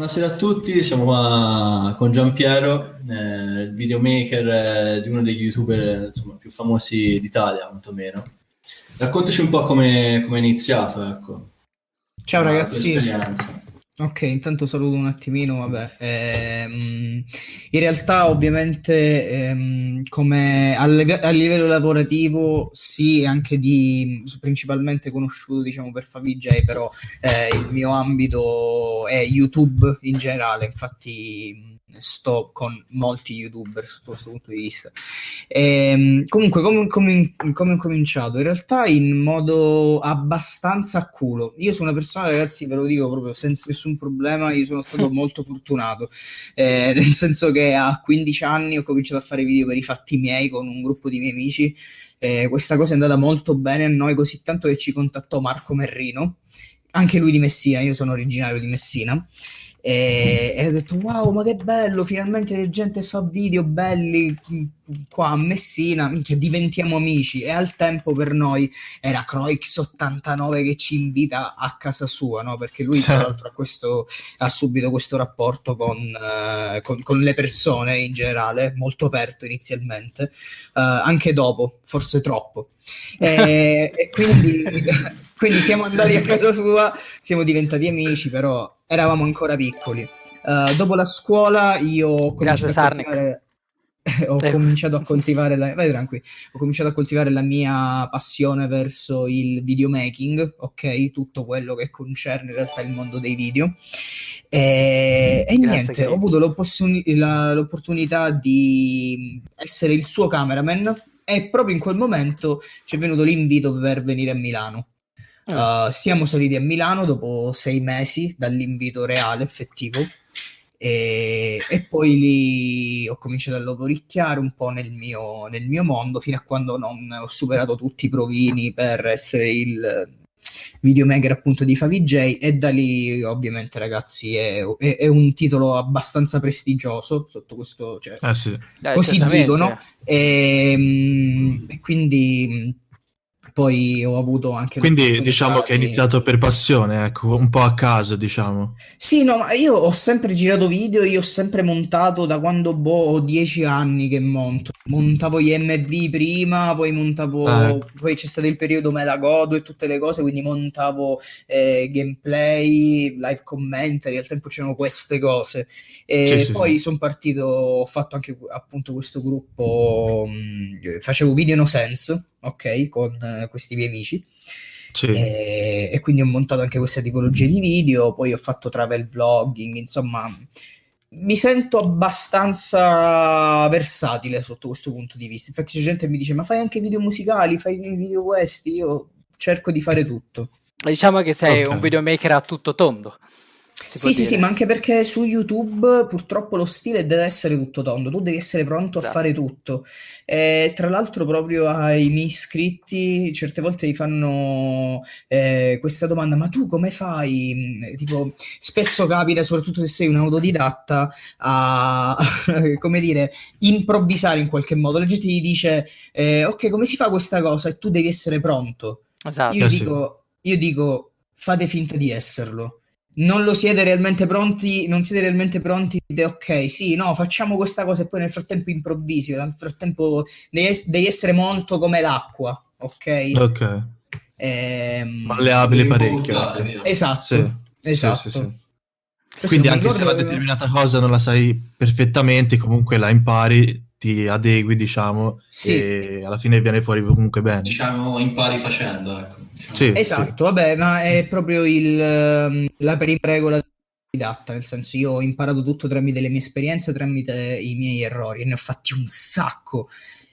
Buonasera a tutti, siamo qua con Giampiero, il videomaker di uno degli youtuber insomma, più famosi d'Italia, quantomeno. Raccontaci un po' come è iniziato, ecco. Ciao La tua ragazzi. esperienza. Ok, intanto saluto un attimino, vabbè. In realtà ovviamente come a livello lavorativo sì, anche principalmente conosciuto diciamo per Favij, però il mio ambito è YouTube in generale, infatti sto con molti YouTuber sotto questo punto di vista. Comunque, come ho cominciato? In realtà in modo abbastanza a culo. Io sono una persona, ragazzi, ve lo dico proprio senza nessun problema, io sono stato molto fortunato, nel senso che a 15 anni ho cominciato a fare video per i fatti miei con un gruppo di miei amici. Questa cosa è andata molto bene a noi, così tanto che ci contattò Marco Merrino, anche lui di Messina, io sono originario di Messina. E ho detto wow, ma che bello, finalmente c'è gente che fa video belli qua a Messina, minchia, diventiamo amici. E al tempo per noi era Croix89 che ci invita a casa sua, no? Perché lui tra l'altro ha subito questo rapporto con le persone in generale, molto aperto inizialmente, anche dopo, forse troppo. E quindi siamo andati a casa sua, siamo diventati amici, però eravamo ancora piccoli. Dopo la scuola io ho cominciato a coltivare la mia passione verso il videomaking, ok? Tutto quello che concerne in realtà il mondo dei video. E niente, ho avuto l'opportunità di essere il suo cameraman e proprio in quel momento ci è venuto l'invito per venire a Milano. Siamo saliti a Milano dopo 6 mesi dall'invito reale, effettivo, e poi lì ho cominciato a lavoricchiare un po' nel mio mondo fino a quando non ho superato tutti i provini per essere il videomaker appunto di Favij, e da lì ovviamente ragazzi è un titolo abbastanza prestigioso sotto questo, cioè, così dicono, e quindi poi ho avuto anche quindi diciamo che hai iniziato per passione, ecco, un po' a caso, diciamo. Sì, no, ma io ho sempre girato video, io ho sempre montato da quando ho 10 anni che montavo gli MV prima, poi poi c'è stato il periodo Me la godo e tutte le cose, quindi montavo gameplay, live commentary, al tempo c'erano queste cose, e poi sono partito, ho fatto anche appunto questo gruppo, facevo Video No Sense, ok, con questi miei amici. E quindi ho montato anche questa tipologia di video, poi ho fatto travel vlogging, insomma mi sento abbastanza versatile sotto questo punto di vista. Infatti c'è gente che mi dice ma fai anche video musicali, fai video questi? Io cerco di fare tutto. Diciamo che sei un videomaker a tutto tondo. Sì, ma anche perché su YouTube purtroppo lo stile deve essere tutto tondo, tu devi essere pronto a fare tutto. Tra l'altro proprio ai miei iscritti certe volte gli fanno questa domanda, ma tu come fai? Tipo, spesso capita, soprattutto se sei un autodidatta, a come dire, improvvisare in qualche modo. La gente gli dice ok, come si fa questa cosa? E tu devi essere pronto. Esatto. Io dico fate finta di esserlo. Non siete realmente pronti, ok, sì, no, facciamo questa cosa e poi nel frattempo improvvisi, nel frattempo devi essere molto come l'acqua, ok? Malleabile parecchio. Esatto. Sì. Quindi anche se una determinata cosa non la sai perfettamente, comunque la impari, ti adegui, diciamo, e alla fine viene fuori comunque bene. Diciamo impari facendo, ecco. Esatto, vabbè, ma è proprio la prima regola didatta, nel senso io ho imparato tutto tramite le mie esperienze, tramite i miei errori, e ne ho fatti un sacco,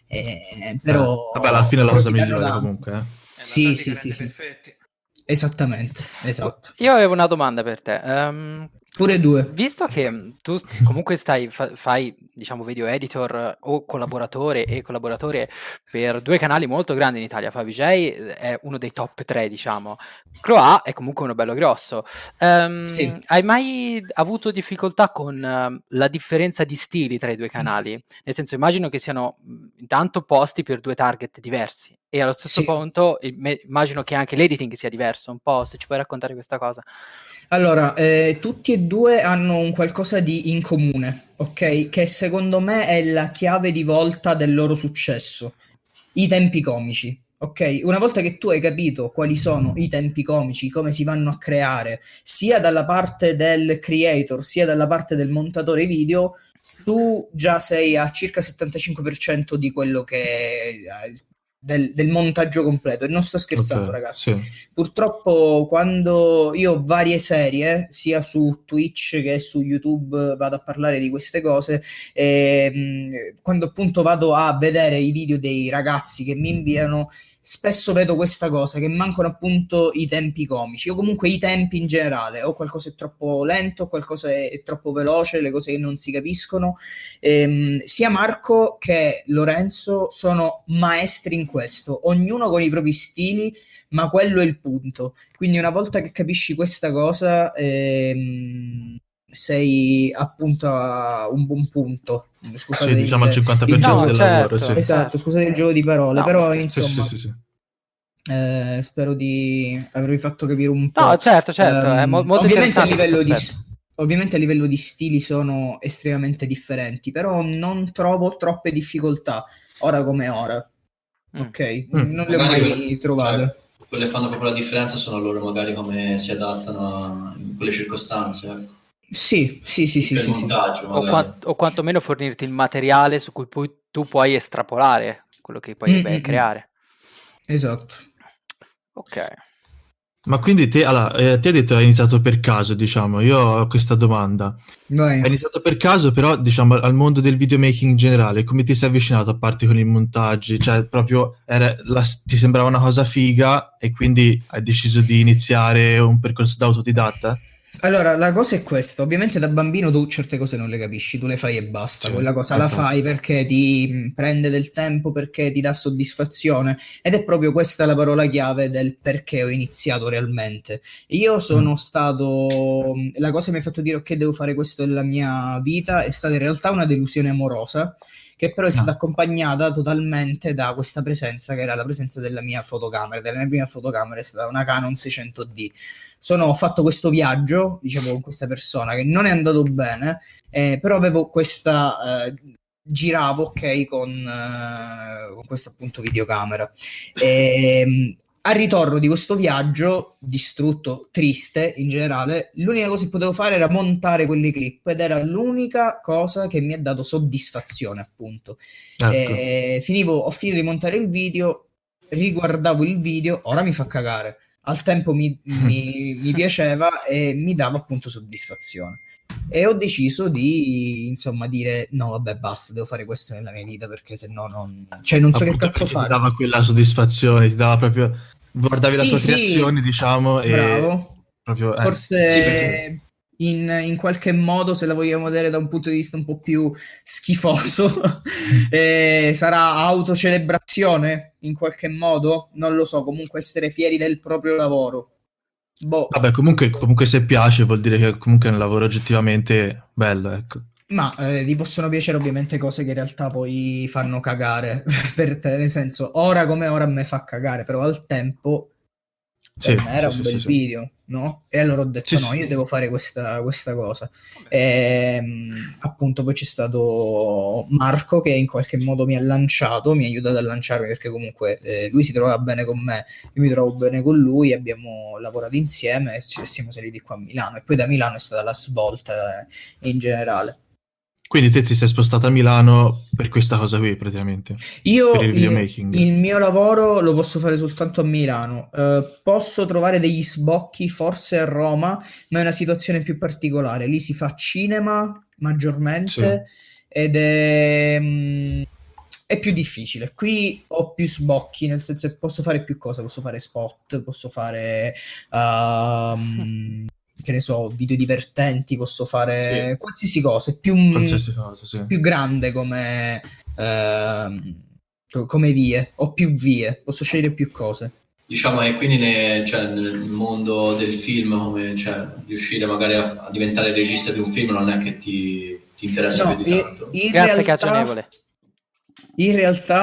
però vabbè, alla fine è la cosa migliore comunque. Sì. Esattamente, esatto. Io avevo una domanda per te. Pure due. Visto che tu comunque fai, diciamo, video editor o collaboratore per 2 canali molto grandi in Italia, Favij è uno dei top 3, diciamo. Croa è comunque uno bello grosso. Hai mai avuto difficoltà con la differenza di stili tra i 2 canali? Nel senso, immagino che siano intanto posti per 2 target diversi e allo stesso punto immagino che anche l'editing sia diverso, un po', se ci puoi raccontare questa cosa. Allora, tutti e due hanno un qualcosa in comune, ok? Che secondo me è la chiave di volta del loro successo, i tempi comici. Ok, una volta che tu hai capito quali sono i tempi comici, come si vanno a creare, sia dalla parte del creator, sia dalla parte del montatore video, tu già sei a circa 75% di quello che del montaggio completo. E non sto scherzando, ragazzi. Sì. Purtroppo quando io ho varie serie, sia su Twitch che su YouTube, vado a parlare di queste cose, quando appunto vado a vedere i video dei ragazzi che mi inviano, spesso vedo questa cosa, che mancano appunto i tempi comici, o comunque i tempi in generale, o qualcosa è troppo lento, qualcosa è troppo veloce, le cose che non si capiscono. Sia Marco che Lorenzo sono maestri in questo, ognuno con i propri stili, ma quello è il punto. Quindi una volta che capisci questa cosa, sei appunto a un buon punto. Scusate, sì, diciamo al 50% del lavoro. Sì. Esatto, scusate il gioco di parole, però insomma sì. Spero di avervi fatto capire un po'. No, certo, è molto ovviamente interessante. Ovviamente a livello di stili sono estremamente differenti, però non trovo troppe difficoltà ora come ora. Ok, non le ho mai trovate. Cioè, quelle che fanno proprio la differenza sono loro magari come si adattano in quelle circostanze, ecco. Sì. Montaggio, o quantomeno fornirti il materiale su cui poi tu puoi estrapolare quello che puoi creare. Esatto. Ok. Ma quindi ti hai detto hai iniziato per caso, diciamo. Io ho questa domanda. Vai. Hai iniziato per caso, però diciamo al mondo del videomaking in generale, come ti sei avvicinato a parte con i montaggi? Cioè proprio ti sembrava una cosa figa e quindi hai deciso di iniziare un percorso da autodidatta? Allora, la cosa è questa, ovviamente da bambino tu certe cose non le capisci, tu le fai e basta, quella cosa la fai perché ti prende del tempo, perché ti dà soddisfazione, ed è proprio questa la parola chiave del perché ho iniziato realmente. Io sono stato, la cosa che mi ha fatto dire ok, devo fare questo nella mia vita, è stata in realtà una delusione amorosa, che però è stata accompagnata totalmente da questa presenza, che era la presenza della mia fotocamera. Della mia prima fotocamera è stata una Canon 600D. Ho fatto questo viaggio, dicevo, con questa persona che non è andato bene, però avevo questa giravo ok con questa appunto videocamera. Al ritorno di questo viaggio, distrutto, triste in generale, l'unica cosa che potevo fare era montare quelle clip, ed era l'unica cosa che mi ha dato soddisfazione, appunto. Ecco. Ho finito di montare il video, riguardavo il video, ora mi fa cagare. Al tempo mi piaceva e mi dava appunto soddisfazione. E ho deciso di, insomma, dire no, vabbè, basta, devo fare questo nella mia vita, perché se no non so che cazzo fare. Ti dava quella soddisfazione, ti dava proprio, guardavi la tua creazione, diciamo, bravo. E proprio forse perché in qualche modo, se la vogliamo vedere da un punto di vista un po' più schifoso, sarà autocelebrazione in qualche modo, non lo so, comunque essere fieri del proprio lavoro. Vabbè, comunque se piace vuol dire che comunque è un lavoro oggettivamente bello, ecco. Ma ti possono piacere ovviamente cose che in realtà poi fanno cagare per te, nel senso, ora come ora a me fa cagare, però al tempo per me era un bel video, no? E allora ho detto io devo fare questa cosa. Appunto poi c'è stato Marco che in qualche modo mi ha lanciato, mi ha aiutato a lanciarmi, perché comunque lui si trovava bene con me, io mi trovo bene con lui, abbiamo lavorato insieme e ci siamo saliti qua a Milano, e poi da Milano è stata la svolta in generale. Quindi te ti sei spostato a Milano per questa cosa qui, praticamente? Io per il videomaking. Il mio lavoro lo posso fare soltanto a Milano. Posso trovare degli sbocchi forse a Roma, ma è una situazione più particolare. Lì si fa cinema maggiormente ed è più difficile. Qui ho più sbocchi, nel senso che posso fare più cose, posso fare spot, posso fare che ne so, video divertenti, posso fare qualsiasi cosa, più grande come vie, ho più vie, posso scegliere più cose. Diciamo che quindi nel mondo del film, come riuscire magari a diventare regista di un film non è che ti interessa più di tanto. Grazie Caccianevole. In realtà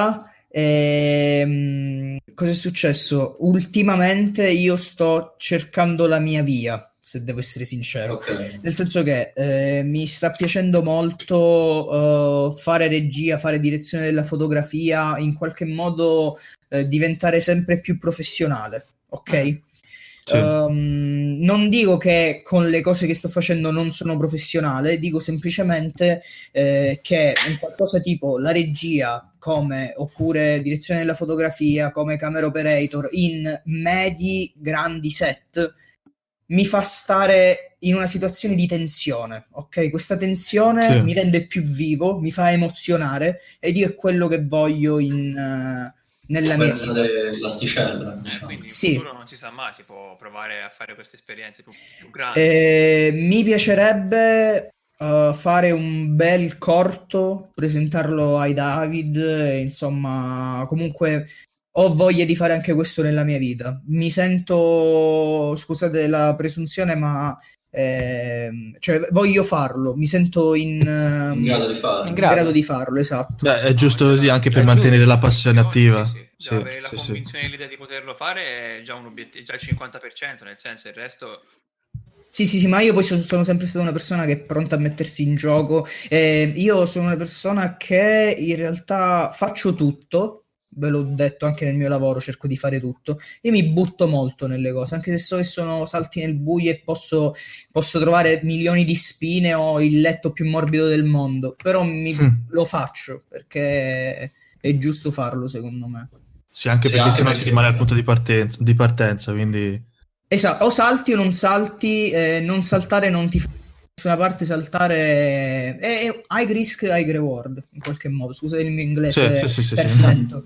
Cosa è successo? Ultimamente io sto cercando la mia via, se devo essere sincero. Ok. Nel senso che mi sta piacendo molto fare regia, fare direzione della fotografia, in qualche modo diventare sempre più professionale, ok? Sì. Non dico che con le cose che sto facendo non sono professionale, dico semplicemente che un qualcosa tipo la regia oppure direzione della fotografia come camera operator in medi grandi set mi fa stare in una situazione di tensione, ok? Questa tensione Sì. mi rende più vivo, mi fa emozionare ed io è quello che voglio nella mia vita. L'asticella, diciamo. Quindi in Sì. futuro non si sa mai, si può provare a fare queste esperienze più grandi. Mi piacerebbe fare un bel corto, presentarlo ai David, insomma, comunque ho voglia di fare anche questo nella mia vita. Mi sento, scusate la presunzione, ma cioè, voglio farlo, mi sento in grado di farlo. in grado di farlo, esatto. Beh, è giusto così anche per È mantenere giusto. la passione attiva. Sì. Già avere la Sì. convinzione e l'idea di poterlo fare è già un obiettivo, già il 50%, nel senso il resto... Sì, ma io poi sono sempre stata una persona che è pronta a mettersi in gioco. Io sono una persona che in realtà faccio tutto, ve l'ho detto anche nel mio lavoro, cerco di fare tutto. Io mi butto molto nelle cose, anche se so che sono salti nel buio e posso trovare milioni di spine o il letto più morbido del mondo, però lo faccio perché è giusto farlo, secondo me. Sì, anche Sì, perché anche sennò perché- si rimane al punto di partenza, quindi... Esatto, o salti o non salti, non saltare non ti fa nessuna parte, saltare è high risk, high reward, in qualche modo. Scusate il mio inglese Sì. perfetto.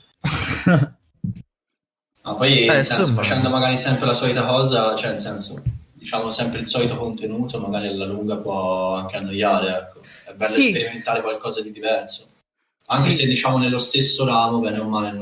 Ma poi nel senso, insomma... facendo magari sempre la solita cosa, cioè nel senso, diciamo sempre il solito contenuto, magari alla lunga può anche annoiare, ecco. È bello Sì. sperimentare qualcosa di diverso. Anche Sì. se diciamo nello stesso ramo, bene o male,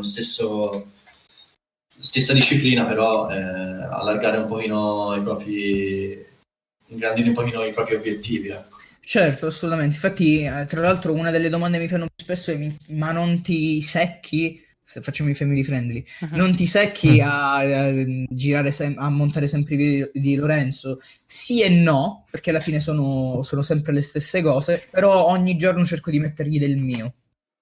stessa disciplina, però allargare un pochino ingrandire un pochino i propri obiettivi, ecco. Certo, assolutamente. Infatti, tra l'altro, una delle domande che mi fanno spesso è: ma non ti secchi? Se facciamo i family friendly, non ti secchi a girare a montare sempre i video di Lorenzo? Sì e no, perché alla fine sono sempre le stesse cose, però ogni giorno cerco di mettergli del mio,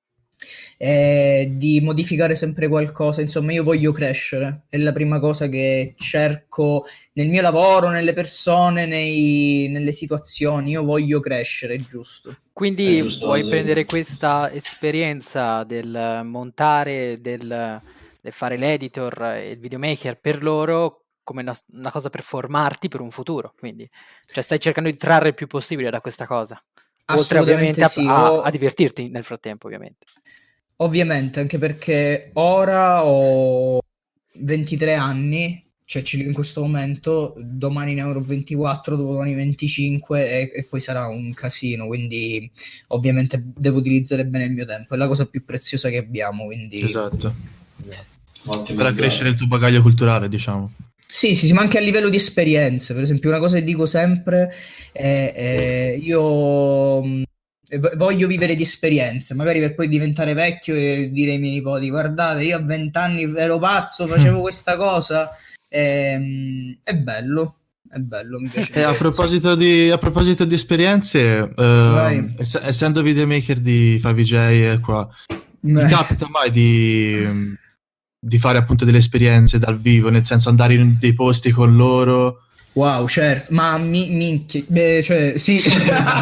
di modificare sempre qualcosa. Insomma, io voglio crescere, è la prima cosa che cerco nel mio lavoro, nelle persone, nelle situazioni. Io voglio crescere, giusto. Quindi giusto, vuoi sì. prendere questa esperienza del montare, del fare l'editor e il videomaker per loro come una cosa per formarti per un futuro, quindi cioè stai cercando di trarre il più possibile da questa cosa, oltre ovviamente Assolutamente sì. a divertirti nel frattempo, ovviamente. Ovviamente, anche perché ora ho 23 anni, cioè in questo momento, domani ne avrò 24, domani 25 e poi sarà un casino, quindi ovviamente devo utilizzare bene il mio tempo, è la cosa più preziosa che abbiamo, quindi... Esatto. Ottimizzato. Per accrescere il tuo bagaglio culturale, diciamo. Sì, ma anche a livello di esperienze. Per esempio, una cosa che dico sempre è io voglio vivere di esperienze, magari per poi diventare vecchio e dire ai miei nipoti: guardate, io a 20 anni ero pazzo, facevo questa cosa. È bello, mi piace. E a proposito di esperienze, essendo videomaker di Favij qua, ti capita mai di fare appunto delle esperienze dal vivo, nel senso andare in dei posti con loro? Wow, certo, ma minchia, cioè sì. sì,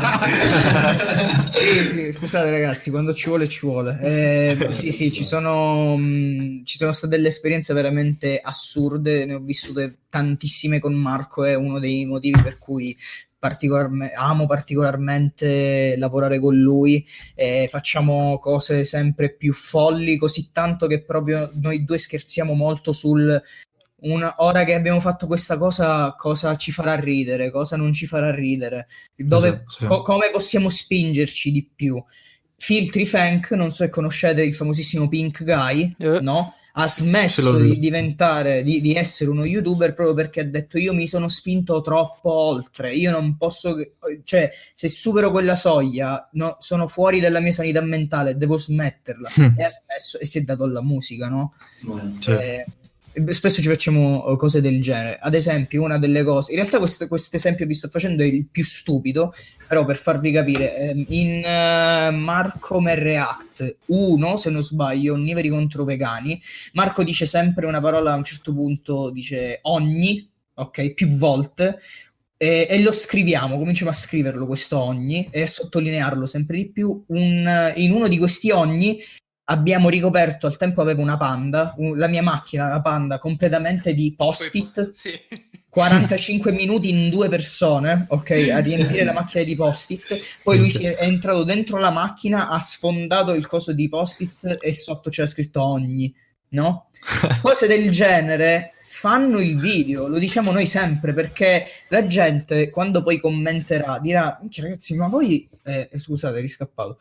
scusate ragazzi, quando ci vuole ci vuole. Sì, ci sono state delle esperienze veramente assurde, ne ho vissute tantissime con Marco, è uno dei motivi per cui amo particolarmente lavorare con lui, facciamo cose sempre più folli, così tanto che proprio noi due scherziamo molto sul ora che abbiamo fatto questa cosa ci farà ridere, cosa non ci farà ridere, dove Sì. come possiamo spingerci di più. Filtri Fank, non so se conoscete il famosissimo Pink Guy, no? ha smesso di diventare, di essere uno YouTuber proprio perché ha detto io mi sono spinto troppo oltre, io non posso, cioè se supero quella soglia sono fuori dalla mia sanità mentale, devo smetterla. E ha smesso e si è dato alla musica, no? Spesso ci facciamo cose del genere. Ad esempio, una delle cose, in realtà questo esempio che vi sto facendo è il più stupido, però per farvi capire, in Marco React 1, se non sbaglio, Onnivori contro vegani, Marco dice sempre una parola, a un certo punto dice ogni, ok, più volte, e lo scriviamo, cominciamo a scriverlo questo ogni e a sottolinearlo sempre di più. In uno di questi ogni abbiamo ricoperto, al tempo avevo una Panda, la mia macchina, una Panda completamente di post-it, sì. 45 minuti in 2 persone, ok, a riempire la macchina di post-it, poi lui è entrato dentro la macchina, ha sfondato il coso di post-it e sotto c'era scritto ogni, no? Cose del genere fanno il video, lo diciamo noi sempre, perché la gente quando poi commenterà dirà ragazzi ma voi scusate, riscappato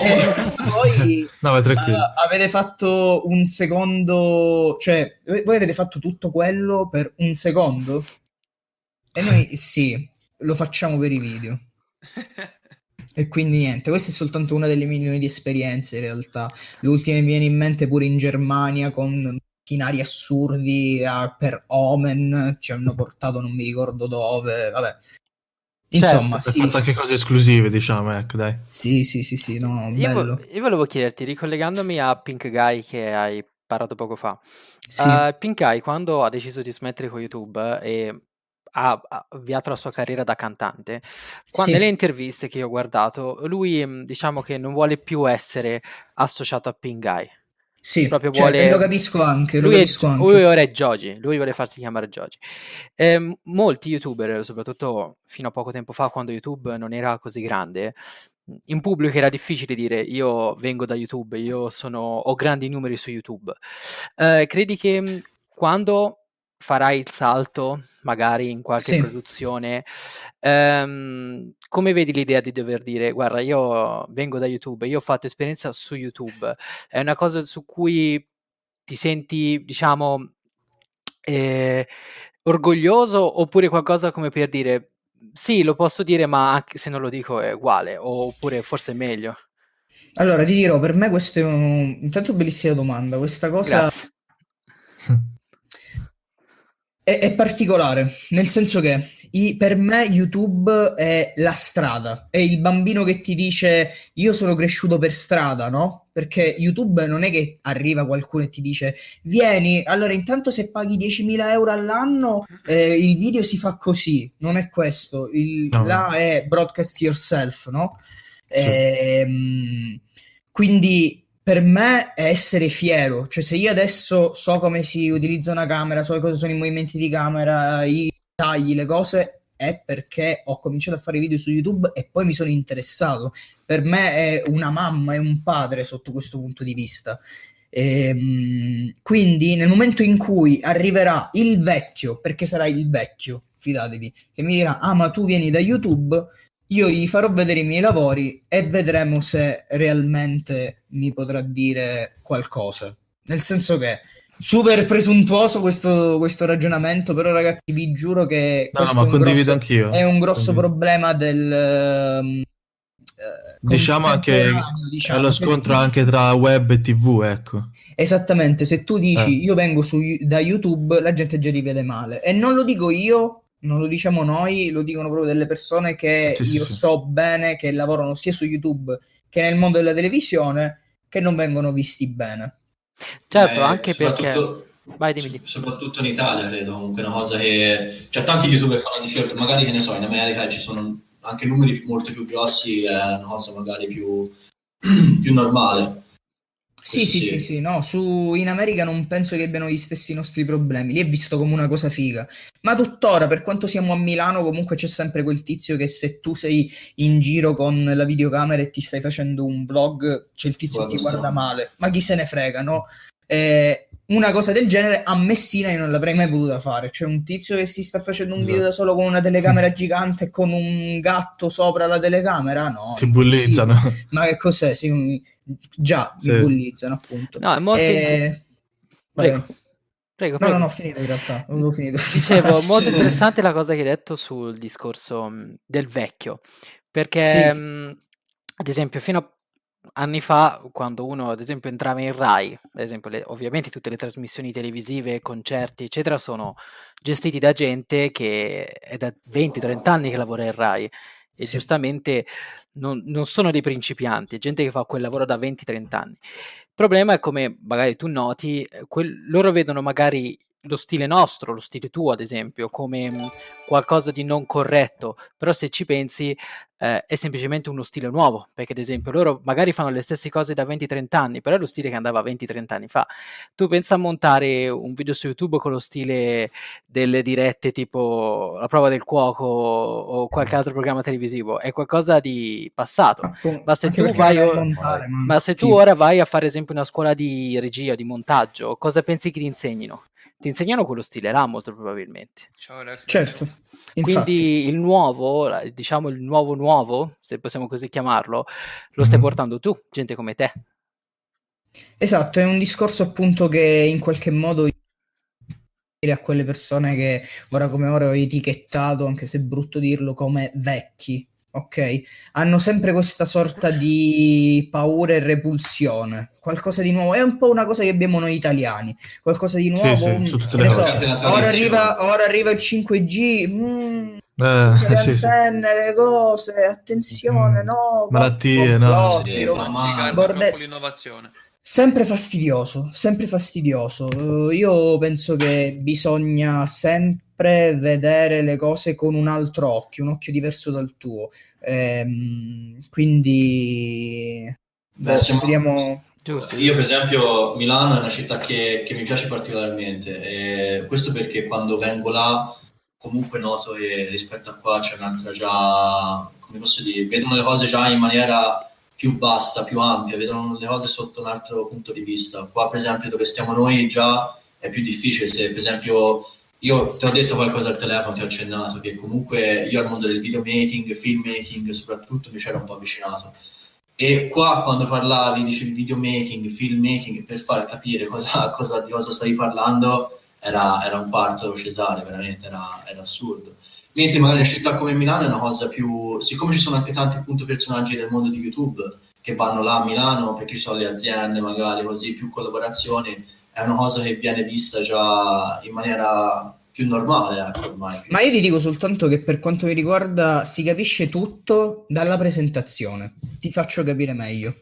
voi no, avete fatto un secondo, cioè voi avete fatto tutto quello per un secondo? E noi sì, lo facciamo per i video. E quindi niente, questa è soltanto una delle milioni di esperienze in realtà. L'ultima mi viene in mente pure in Germania con macchinari assurdi per Omen, ci hanno portato non mi ricordo dove, vabbè. Insomma, sì. Hai fatto anche cose esclusive, diciamo, ecco, dai. Sì, no, bello. Io volevo chiederti, ricollegandomi a Pink Guy che hai parlato poco fa, sì. Pink Guy quando ha deciso di smettere con YouTube e ha avviato la sua carriera da cantante, nelle interviste che io ho guardato, lui diciamo che non vuole più essere associato a Pink Guy. Sì, proprio vuole... lo capisco anche. Lui ora è Joji, lui vuole farsi chiamare Joji. Molti YouTuber, soprattutto fino a poco tempo fa, quando YouTube non era così grande, in pubblico era difficile dire io vengo da YouTube, ho grandi numeri su YouTube. Credi che quando farai il salto, magari in qualche produzione, come vedi l'idea di dover dire guarda io vengo da YouTube, io ho fatto esperienza su YouTube, è una cosa su cui ti senti diciamo orgoglioso, oppure qualcosa come per dire sì lo posso dire ma anche se non lo dico è uguale, oppure forse è meglio? Allora ti dirò, per me questo è intanto bellissima domanda, questa cosa è particolare, nel senso che per me YouTube è la strada, è il bambino che ti dice io sono cresciuto per strada, no? Perché YouTube non è che arriva qualcuno e ti dice vieni, allora intanto se paghi 10.000 euro all'anno il video si fa così, non è questo, là è broadcast yourself, no? Sì. Quindi per me è essere fiero, cioè se io adesso so come si utilizza una camera, so cosa sono i movimenti di camera, i tagli, le cose, è perché ho cominciato a fare video su YouTube e poi mi sono interessato. Per me è una mamma e un padre sotto questo punto di vista. Quindi nel momento in cui arriverà il vecchio, perché sarà il vecchio, fidatevi, che mi dirà ma tu vieni da YouTube, io gli farò vedere i miei lavori e vedremo se realmente mi potrà dire qualcosa. Nel senso che super presuntuoso questo ragionamento, però ragazzi vi giuro che ma condivido anch'io. È un grosso problema del diciamo anche è lo scontro anche tra web e TV, ecco. Esattamente, se tu dici io vengo da YouTube, la gente già ti vede male, e non lo dico io, non lo diciamo noi, lo dicono proprio delle persone che so bene, che lavorano sia su YouTube che nel mondo della televisione, che non vengono visti bene. Certo, anche perché vai, dimmi. Soprattutto in Italia credo, comunque è una cosa che tanti YouTuber fanno di solito, magari che ne so, in America ci sono anche numeri molto più grossi, è una cosa magari più normale. Sì, no, in America non penso che abbiano gli stessi nostri problemi, lì è visto come una cosa figa, ma tuttora, per quanto siamo a Milano, comunque c'è sempre quel tizio che se tu sei in giro con la videocamera e ti stai facendo un vlog, c'è il tizio che ti guarda male, ma chi se ne frega, no? Una cosa del genere a Messina io non l'avrei mai potuta fare, cioè un tizio che si sta facendo un video da solo con una telecamera gigante e con un gatto sopra la telecamera, no, ti bullizzano. Ma che cos'è? Mi bullizzano appunto. No, è molto Prego. Prego, No, prego. ho finito in realtà, avevo finito. Dicevo, molto interessante la cosa che hai detto sul discorso del vecchio, perché Sì. ad esempio fino a anni fa, quando uno ad esempio entrava in Rai, ad esempio ovviamente tutte le trasmissioni televisive, concerti eccetera sono gestiti da gente che è da 20-30 anni che lavora in Rai e Sì. giustamente non sono dei principianti, è gente che fa quel lavoro da 20-30 anni. Il problema è come magari tu noti, loro vedono magari lo stile nostro, lo stile tuo ad esempio, come qualcosa di non corretto, però se ci pensi è semplicemente uno stile nuovo, perché ad esempio loro magari fanno le stesse cose da 20-30 anni, però è lo stile che andava 20-30 anni fa. Tu pensa a montare un video su YouTube con lo stile delle dirette tipo La prova del cuoco o qualche altro programma televisivo, è qualcosa di passato. Ma se Anche tu perché vai non è montare, ma se tu ora vai a fare ad esempio una scuola di regia, di montaggio, cosa pensi che ti insegnino? Ti insegnano quello stile là molto probabilmente. Ciao Alex. Certo. Quindi il nuovo, diciamo il nuovo, se possiamo così chiamarlo, lo stai portando tu, gente come te. Esatto, è un discorso appunto che in qualche modo a quelle persone che ora come ora ho etichettato, anche se è brutto dirlo, come vecchi, ok? Hanno sempre questa sorta di paura e repulsione, qualcosa di nuovo, è un po' una cosa che abbiamo noi italiani, qualcosa di nuovo, Sì, su tutte le cose. ora arriva il 5G, le antenne, le cose, attenzione, no, malattie, no, troppo l'innovazione. Sempre fastidioso. Io penso che bisogna sempre vedere le cose con un altro occhio, un occhio diverso dal tuo. Quindi speriamo. Giusto. Io per esempio Milano è una città che mi piace particolarmente, e questo perché quando vengo là comunque noto che rispetto a qua c'è un'altra già, come posso dire, vedono le cose già in maniera più vasta, più ampia, vedono le cose sotto un altro punto di vista. Qua per esempio dove stiamo noi già è più difficile. Se per esempio io ti ho detto qualcosa al telefono, ti ho accennato che comunque io al mondo del videomaking, filmmaking soprattutto mi c'ero un po' avvicinato, e qua quando parlavi dicevi videomaking, filmmaking, per far capire di cosa stavi parlando era un parto cesare, veramente era assurdo. Mentre magari in città come Milano è una cosa più, siccome ci sono anche tanti appunto personaggi del mondo di YouTube che vanno là a Milano perché ci sono le aziende magari così, più collaborazioni, è una cosa che viene vista già in maniera più normale, ecco, ormai. Ma io ti dico soltanto che per quanto mi riguarda si capisce tutto dalla presentazione. Ti faccio capire meglio.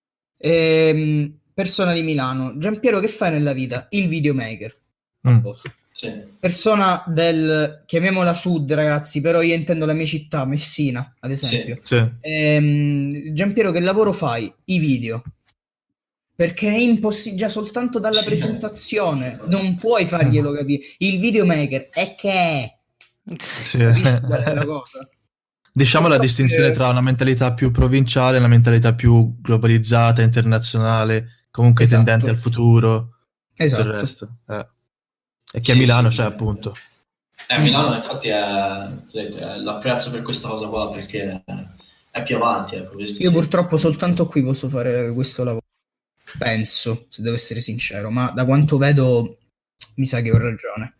Persona di Milano, Giampiero, che fai nella vita? Il videomaker. Sì. Persona del, chiamiamola sud, ragazzi, però io intendo la mia città, Messina, ad esempio. Giampiero, che lavoro fai? I video. Perché è impossibile, già soltanto dalla presentazione non puoi farglielo capire. Il videomaker è che è. Qual è la cosa? Diciamo la distinzione tra una mentalità più provinciale e una mentalità più globalizzata, internazionale, comunque tendente al futuro. Esatto. Il resto. E che a Milano c'è appunto. Milano infatti l'apprezzo per questa cosa qua, perché è più avanti. Ecco, io purtroppo soltanto qui posso fare questo lavoro. Penso, se devo essere sincero, ma da quanto vedo mi sa che ho ragione.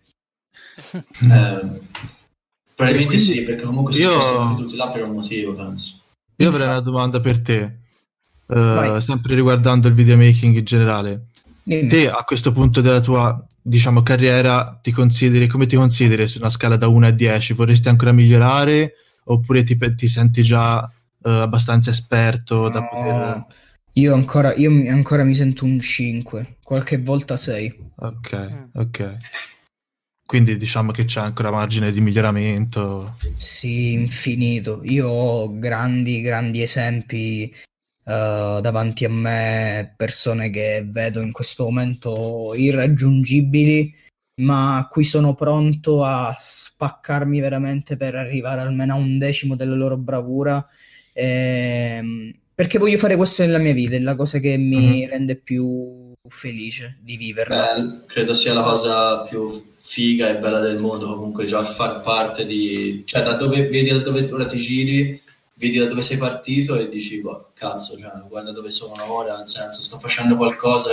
Probabilmente sì, perché comunque si spostano tutti là per un motivo, penso. Io avrei una domanda per te, sempre riguardando il videomaking in generale. Te a questo punto della tua, diciamo, carriera come ti consideri su una scala da 1 a 10? Vorresti ancora migliorare oppure ti senti già abbastanza esperto da poter... Io ancora mi sento un 5, qualche volta 6. Ok. Quindi diciamo che c'è ancora margine di miglioramento. Sì, infinito. Io ho grandi esempi davanti a me, persone che vedo in questo momento irraggiungibili, ma a cui sono pronto a spaccarmi veramente per arrivare almeno a 1/10 della loro bravura. Perché voglio fare questo nella mia vita, è la cosa che mi rende più felice di viverla. Credo sia la cosa più figa e bella del mondo, comunque già far parte di... Cioè da dove ora ti giri, vedi da dove sei partito e dici, boh, cazzo, cioè, guarda dove sono ora, nel senso sto facendo qualcosa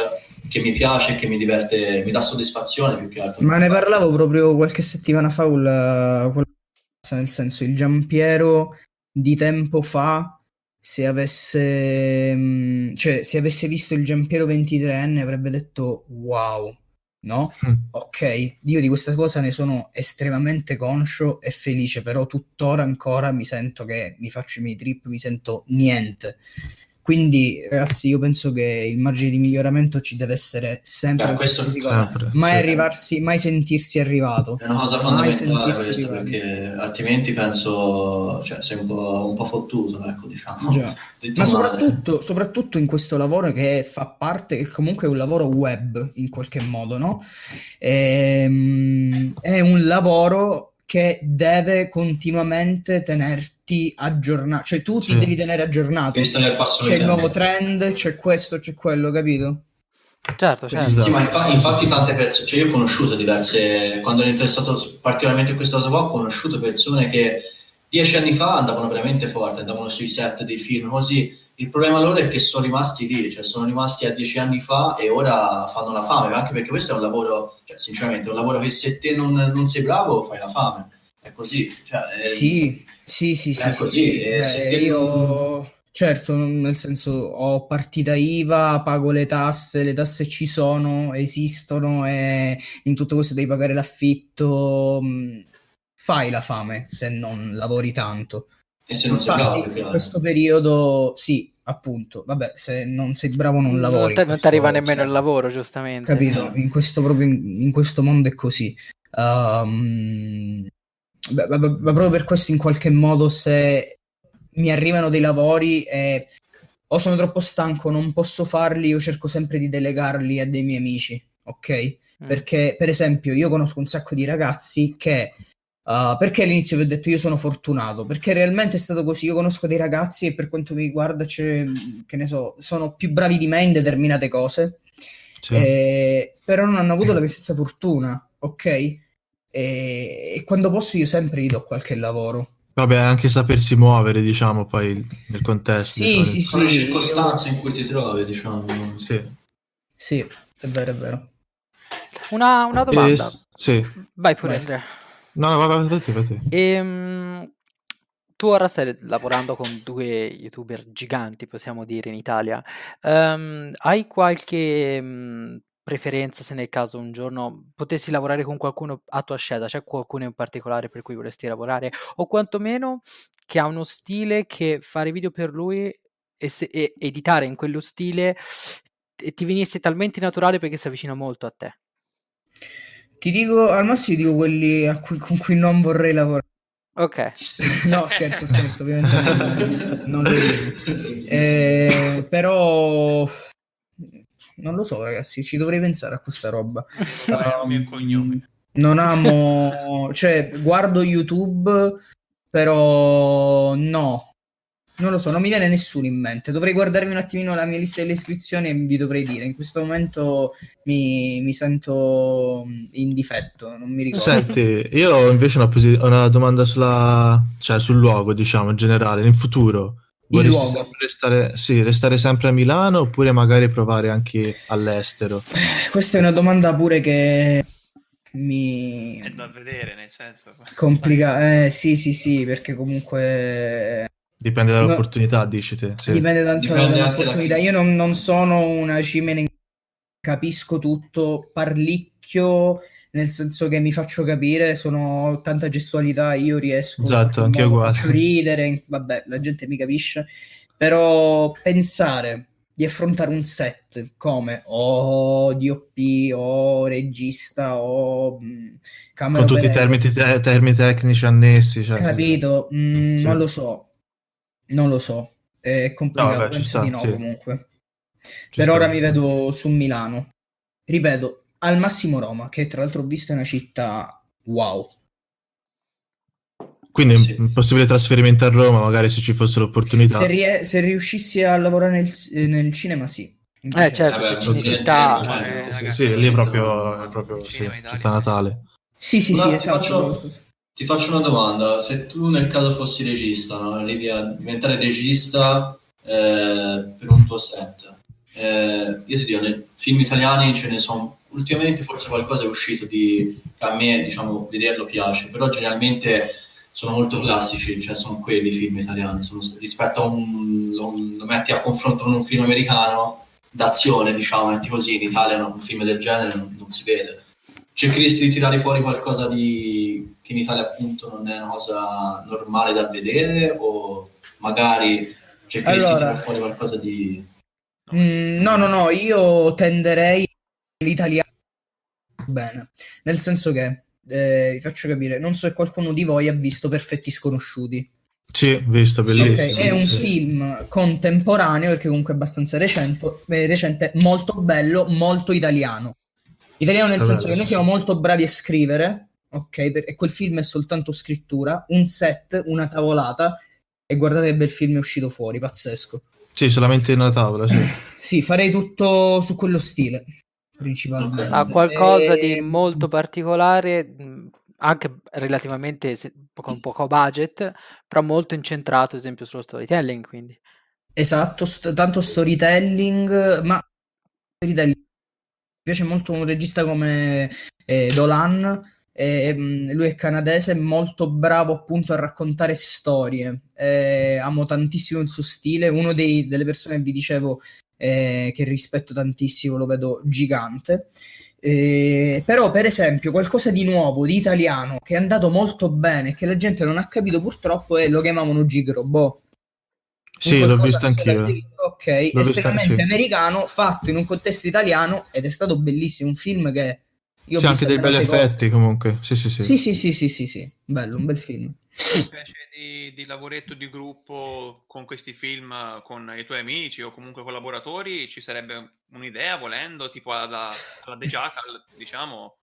che mi piace, che mi diverte, mi dà soddisfazione più che altro. Ma ne parlavo proprio qualche settimana fa nel senso, il Giampiero di tempo fa, se avesse visto il Giampiero 23enne avrebbe detto wow, no? Ok, io di questa cosa ne sono estremamente conscio e felice, però tuttora ancora mi sento che mi faccio i miei trip, mi sento niente. Quindi ragazzi, io penso che il margine di miglioramento ci deve essere sempre, questo sempre. Mai sentirsi arrivato. È una cosa fondamentale questa, perché altrimenti penso, cioè, sei un po' fottuto, ecco, diciamo. Ma soprattutto in questo lavoro che fa parte, che comunque è un lavoro web in qualche modo, no? È un lavoro che deve continuamente tenerti aggiornato, cioè tu ti devi tenere aggiornato, c'è il nuovo trend, c'è questo, c'è quello, capito? Certo. Sì, ma infatti tante persone, cioè io ho conosciuto diverse, quando ero interessato particolarmente in questa cosa qua, ho conosciuto persone che 10 anni fa andavano veramente forte, andavano sui set dei film così. Il problema loro è che sono rimasti lì, cioè sono rimasti a 10 anni fa e ora fanno la fame, anche perché questo è un lavoro, cioè sinceramente è un lavoro che se te non sei bravo fai la fame, è così. Cioè, sì. È così. Io, certo, nel senso, ho partita IVA, pago le tasse ci sono, esistono e in tutto questo devi pagare l'affitto, fai la fame se non lavori tanto. E se non sei bravo, in questo periodo, sì, appunto, vabbè, se non sei bravo non lavori. Non ti arriva nemmeno il lavoro, giustamente. Capito? In questo mondo è così. Ma proprio per questo, in qualche modo, se mi arrivano dei lavori e o sono troppo stanco, non posso farli, io cerco sempre di delegarli a dei miei amici, ok? Perché, per esempio, io conosco un sacco di ragazzi che perché all'inizio vi ho detto io sono fortunato, perché realmente è stato così. Io conosco dei ragazzi e per quanto mi riguarda che ne so, sono più bravi di me in determinate cose, però non hanno avuto la mia stessa fortuna, ok? E quando posso io sempre gli do qualche lavoro. Vabbè, anche sapersi muovere, diciamo, poi nel contesto. Sì. Sono le circostanze in cui ti trovi, diciamo. Sì, è vero. Una domanda. Sì. Vai pure, Andrea. No, vai. Tu ora stai lavorando con 2 youtuber giganti, possiamo dire, in Italia. Hai qualche preferenza se nel caso un giorno potessi lavorare con qualcuno a tua scelta? C'è qualcuno in particolare per cui vorresti lavorare? O quantomeno che ha uno stile che fare video per lui e editare in quello stile ti venisse talmente naturale perché si avvicina molto a te? Ti dico, al massimo dico quelli con cui non vorrei lavorare. Ok. No, scherzo, ovviamente non lo dico. Però non lo so, ragazzi, ci dovrei pensare a questa roba. Non amo, cioè guardo YouTube, però no. Non lo so, non mi viene nessuno in mente. Dovrei guardarmi un attimino la mia lista delle iscrizioni e vi dovrei dire. In questo momento mi sento in difetto, non mi ricordo. Senti, io ho invece una domanda sul luogo, diciamo, in generale. In futuro vorresti sempre restare sempre a Milano oppure magari provare anche all'estero? Questa è una domanda pure che è da vedere, nel senso complica. Sì, perché comunque dipende dall'opportunità, dici te. Sì. Dipende tanto dall'opportunità. Io non sono una cimene, capisco tutto, parlicchio, nel senso che mi faccio capire, ho tanta gestualità, io riesco, esatto, anche uguale. Faccio ridere, vabbè, la gente mi capisce, però pensare di affrontare un set come DOP o regista o camera con tutti i termini tecnici annessi, cioè, capito? Sì. Non lo so, è complicato, no, penso di no, sì. Comunque. Per ora mi vedo su Milano. Ripeto, al massimo Roma, che tra l'altro ho visto è una città wow. Quindi è un possibile trasferimento a Roma, magari se ci fosse l'opportunità. Se riuscissi a lavorare nel cinema, sì. Certo, c'è Cinecittà. Sì, lì è proprio città natale. Sì, esatto. Ti faccio una domanda, se tu nel caso fossi regista, no? Arrivi a diventare regista per un tuo set, io ti dico, nei film italiani ce ne sono ultimamente, forse qualcosa è uscito che a me, diciamo, vederlo piace, però generalmente sono molto classici, cioè sono quelli i film italiani, rispetto a lo metti a confronto con un film americano d'azione, diciamo, metti così, in Italia un film del genere non si vede. Cercheresti di tirare fuori qualcosa che in Italia appunto non è una cosa normale da vedere, o magari cercheresti di tirare fuori qualcosa di... No, io tenderei l'italiano bene, nel senso che vi faccio capire, non so se qualcuno di voi ha visto Perfetti Sconosciuti. Sì, visto, bellissimo. Okay, è un film contemporaneo, perché comunque è abbastanza recente, molto bello, molto italiano. Italiano nel senso che noi siamo molto bravi a scrivere, ok? E quel film è soltanto scrittura, un set, una tavolata, e guardate che bel film è uscito fuori, pazzesco. Sì, solamente una tavola, sì. Sì, farei tutto su quello stile, principalmente. Ha qualcosa di molto particolare, anche relativamente con poco budget, però molto incentrato, ad esempio, sullo storytelling, quindi. Esatto, tanto storytelling, ma storytelling. Mi piace molto un regista come Dolan, lui è canadese, molto bravo appunto a raccontare storie, amo tantissimo il suo stile, uno delle persone che vi dicevo che rispetto tantissimo, lo vedo gigante. Però per esempio qualcosa di nuovo, di italiano, che è andato molto bene, che la gente non ha capito purtroppo, è Lo chiamavano Gigrobot. Sì, l'ho visto anch'io. Ok, estremamente americano, fatto in un contesto italiano, ed è stato bellissimo, un film che io ho c'è anche dei belli effetti comunque. Sì, bello, un bel film. Una specie di lavoretto di gruppo con questi film con i tuoi amici o comunque collaboratori, ci sarebbe un'idea volendo, tipo alla The Jackal, diciamo?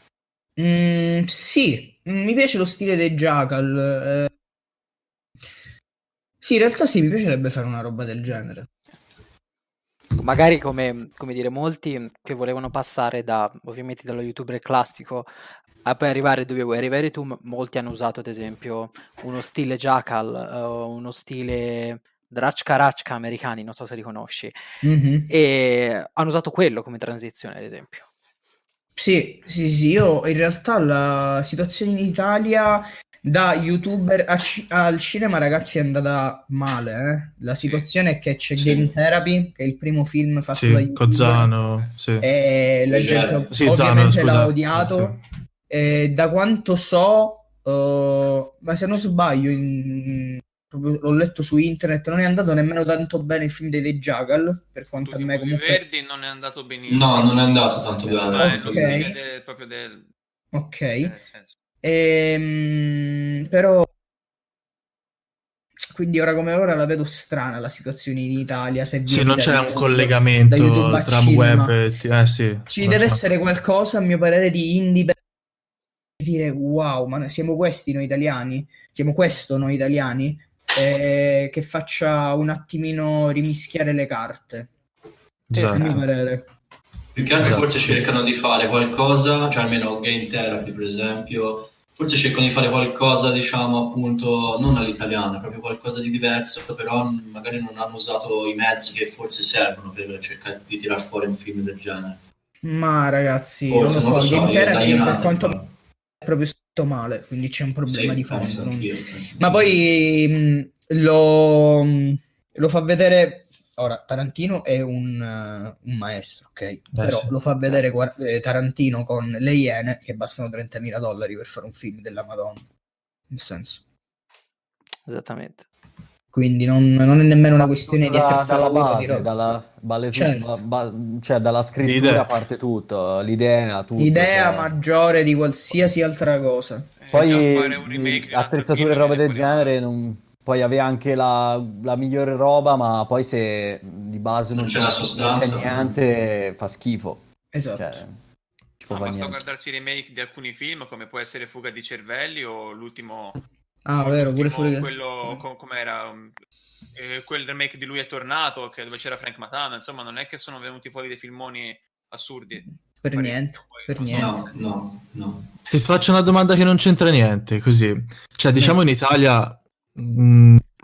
Sì, mi piace lo stile dei Jackal. Sì, in realtà sì, mi piacerebbe fare una roba del genere. Magari come dire, molti che volevano passare ovviamente dallo youtuber classico a poi arrivare dove vuoi arrivare tu, molti hanno usato ad esempio uno stile Jackal, uno stile Drachka Rachka americani, non so se li conosci, e hanno usato quello come transizione ad esempio. Sì, io in realtà la situazione in Italia da youtuber al cinema, ragazzi, è andata male. La situazione è che c'è Game Therapy, che è il primo film fatto da youtuber, Cozzano, e la gente ovviamente Zano, l'ha odiato. Da quanto so, ma se non sbaglio, proprio l'ho letto su internet, non è andato nemmeno tanto bene il film dei The Jackal, per quanto a me comunque... Verdi non è andato benissimo. No, non è andato tanto bene. Ok. Però quindi ora come ora la vedo strana la situazione in Italia, se sì, non c'è un collegamento tra web sì, ci deve essere qualcosa, a mio parere, di indipendente, dire wow, ma siamo questi noi italiani, siamo questo noi italiani, che faccia un attimino rimischiare le carte. Esatto. A mio parere. Più che altro forse cercano di fare qualcosa, cioè almeno Game Therapy per esempio, forse cercano di fare qualcosa, diciamo, appunto, non all'italiana, proprio qualcosa di diverso, però magari non hanno usato i mezzi che forse servono per cercare di tirar fuori un film del genere. Ma ragazzi, forse, non lo so, Game Therapy per quanto è proprio stato male, quindi c'è un problema di fondo. Ma poi lo fa vedere... Ora, Tarantino è un maestro, ok? Però sì, lo fa vedere Tarantino con Le Iene, che bastano $30.000 per fare un film della Madonna. Nel senso. Esattamente. Quindi non è nemmeno una questione di attrezzare dalla base, cioè dalla scrittura parte tutto, l'idea, tutto. Idea maggiore di qualsiasi altra cosa. Poi attrezzature e robe del genere poi aveva anche la migliore roba, ma poi se di base non c'è niente, fa schifo. Esatto. Cioè, basta guardarsi i remake di alcuni film, come può essere Fuga di cervelli o l'ultimo... vero, pure quello com'era? Quel remake di Lui è tornato, dove c'era Frank Matano, insomma, non è che sono venuti fuori dei filmoni assurdi. Per niente. No. Ti faccio una domanda che non c'entra niente, così. Cioè, diciamo in Italia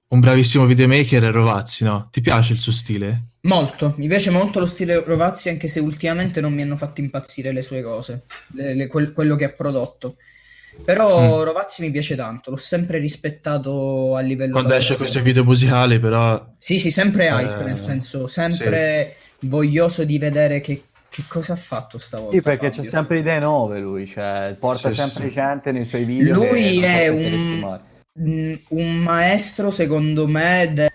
un bravissimo videomaker è Rovazzi, no? Ti piace il suo stile? Molto, mi piace molto lo stile Rovazzi, anche se ultimamente non mi hanno fatto impazzire le sue cose, quello che ha prodotto. Però Rovazzi mi piace tanto, l'ho sempre rispettato a livello... Quando esce con i suoi video musicali, però... Sì, sempre hype, nel senso, sempre voglioso di vedere che cosa ha fatto stavolta. Sì, perché Fabio. c'ha sempre idee nuove lui, cioè porta sempre gente nei suoi video. Lui è un maestro, secondo me,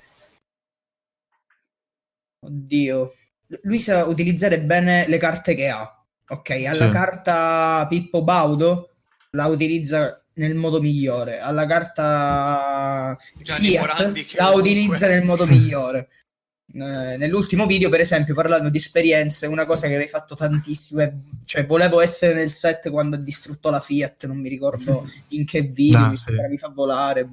Oddio, lui sa utilizzare bene le carte che ha. Ok, alla carta Pippo Baudo la utilizza nel modo migliore, alla carta Fiat la utilizza nel modo migliore. Nell'ultimo video, per esempio, parlando di esperienze, una cosa che avrei fatto tantissimo è, cioè, volevo essere nel set quando ha distrutto la Fiat, non mi ricordo in che video, mi fa volare,